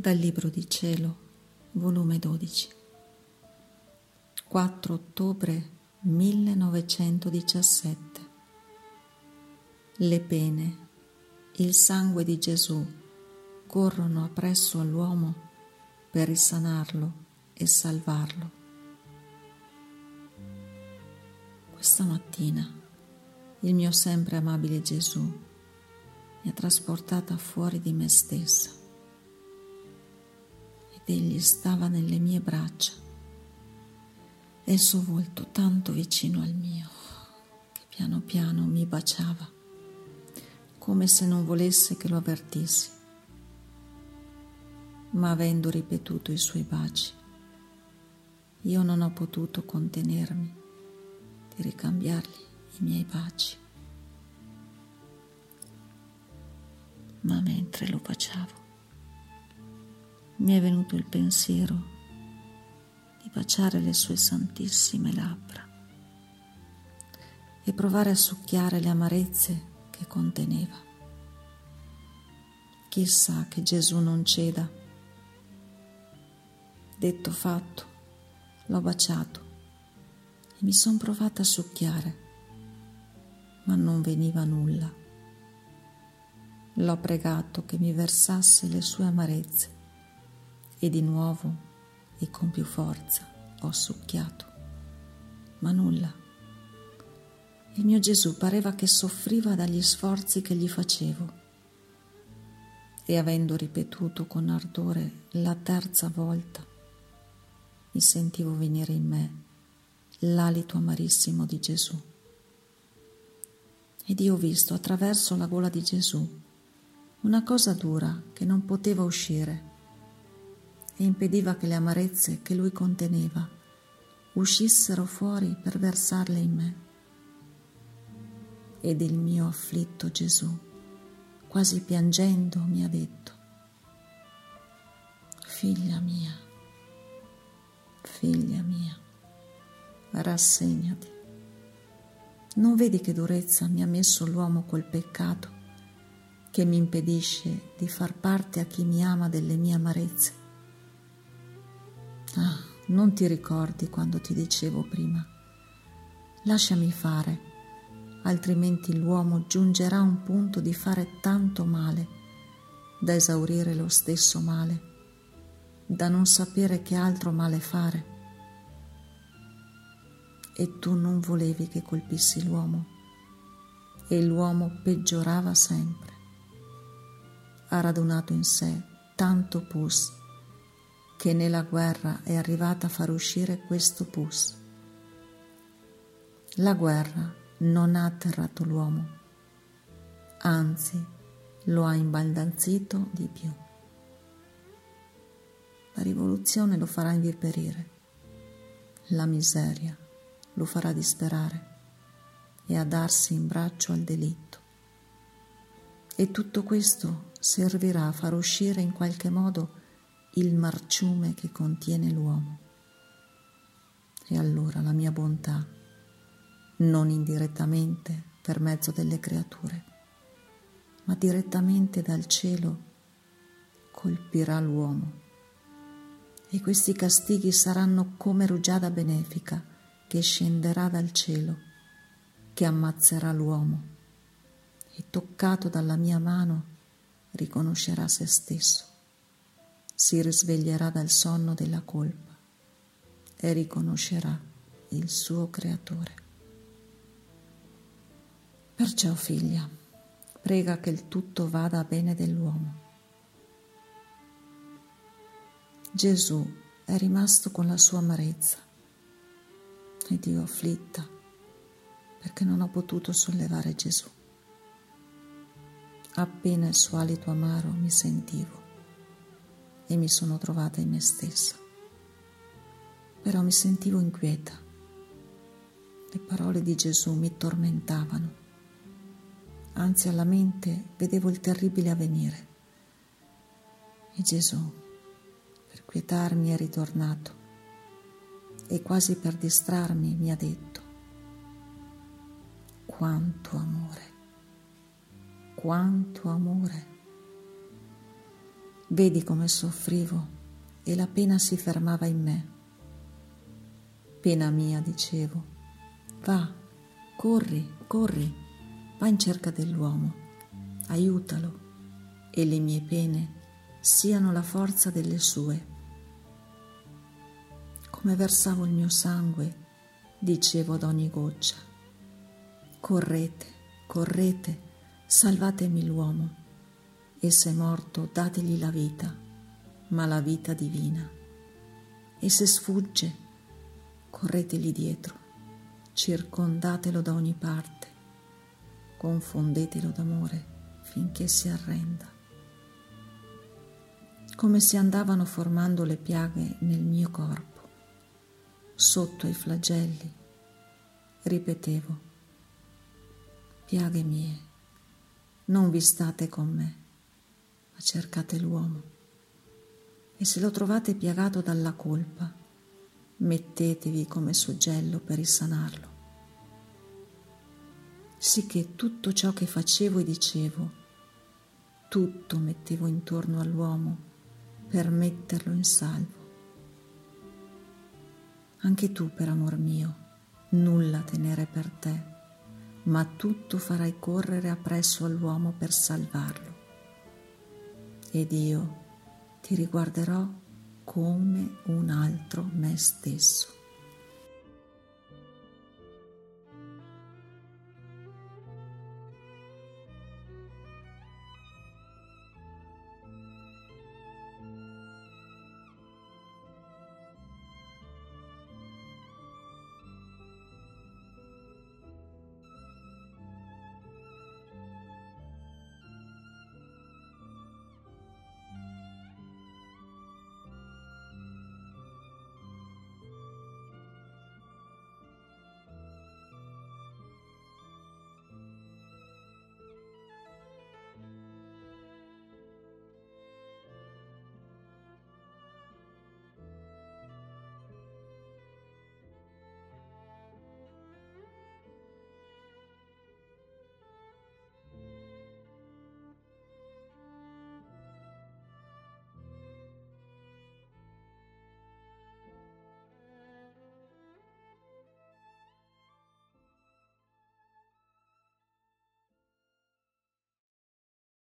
Dal Libro di Cielo, volume 12, 4 ottobre 1917. Le pene, il sangue di Gesù corrono appresso all'uomo per risanarlo e salvarlo. Questa mattina il mio sempre amabile Gesù mi ha trasportata fuori di me stessa. Egli stava nelle mie braccia e il suo volto tanto vicino al mio che piano piano mi baciava, come se non volesse che lo avvertissi. Ma avendo ripetuto i suoi baci, io non ho potuto contenermi di ricambiargli i miei baci. Ma mentre lo baciavo, mi è venuto il pensiero di baciare le sue santissime labbra e provare a succhiare le amarezze che conteneva. Chissà che Gesù non ceda. Detto fatto, l'ho baciato e mi son provata a succhiare, ma non veniva nulla. L'ho pregato che mi versasse le sue amarezze e di nuovo e con più forza ho succhiato, ma nulla. Il mio Gesù pareva che soffriva dagli sforzi che gli facevo e avendo ripetuto con ardore la terza volta, mi sentivo venire in me l'alito amarissimo di Gesù. Ed io ho visto attraverso la gola di Gesù una cosa dura che non poteva uscire e impediva che le amarezze che lui conteneva uscissero fuori per versarle in me. Ed il mio afflitto Gesù, quasi piangendo, mi ha detto: figlia mia, rassegnati. Non vedi che durezza mi ha messo l'uomo col peccato che mi impedisce di far parte a chi mi ama delle mie amarezze? Ah, non ti ricordi quando ti dicevo prima: lasciami fare, altrimenti l'uomo giungerà a un punto di fare tanto male da esaurire lo stesso male, da non sapere che altro male fare. E tu non volevi che colpissi l'uomo, e l'uomo peggiorava sempre. Ha radunato in sé tanto pus che nella guerra è arrivata a far uscire questo pus. La guerra non ha atterrato l'uomo, anzi lo ha imbaldanzito di più. La rivoluzione lo farà inviperire, la miseria lo farà disperare e a darsi in braccio al delitto. E tutto questo servirà a far uscire in qualche modo il marciume che contiene l'uomo. E allora la mia bontà, non indirettamente per mezzo delle creature, ma direttamente dal cielo, colpirà l'uomo. E questi castighi saranno come rugiada benefica che scenderà dal cielo, che ammazzerà l'uomo, e toccato dalla mia mano riconoscerà se stesso. Si risveglierà dal sonno della colpa e riconoscerà il suo creatore. Perciò, figlia, prega che il tutto vada a bene dell'uomo. Gesù è rimasto con la sua amarezza ed io afflitta perché non ho potuto sollevare Gesù. Appena il suo alito amaro mi sentivo e mi sono trovata in me stessa. Però mi sentivo inquieta. Le parole di Gesù mi tormentavano. Anzi, alla mente vedevo il terribile avvenire. E Gesù, per quietarmi, è ritornato e quasi per distrarmi mi ha detto: quanto amore, quanto amore! Vedi come soffrivo e la pena si fermava in me. Pena mia, dicevo, va, corri, corri, va in cerca dell'uomo, aiutalo e le mie pene siano la forza delle sue. Come versavo il mio sangue, dicevo ad ogni goccia, correte, correte, salvatemi l'uomo, e se morto dategli la vita, ma la vita divina, e se sfugge corretegli dietro, circondatelo da ogni parte, confondetelo d'amore finché si arrenda. Come si andavano formando le piaghe nel mio corpo, sotto ai flagelli, ripetevo, piaghe mie, non vi state con me, ma cercate l'uomo, e se lo trovate piagato dalla colpa, mettetevi come suggello per risanarlo. Sicché tutto ciò che facevo e dicevo, tutto mettevo intorno all'uomo per metterlo in salvo. Anche tu, per amor mio, nulla tenere per te, ma tutto farai correre appresso all'uomo per salvarlo. Ed io ti riguarderò come un altro me stesso.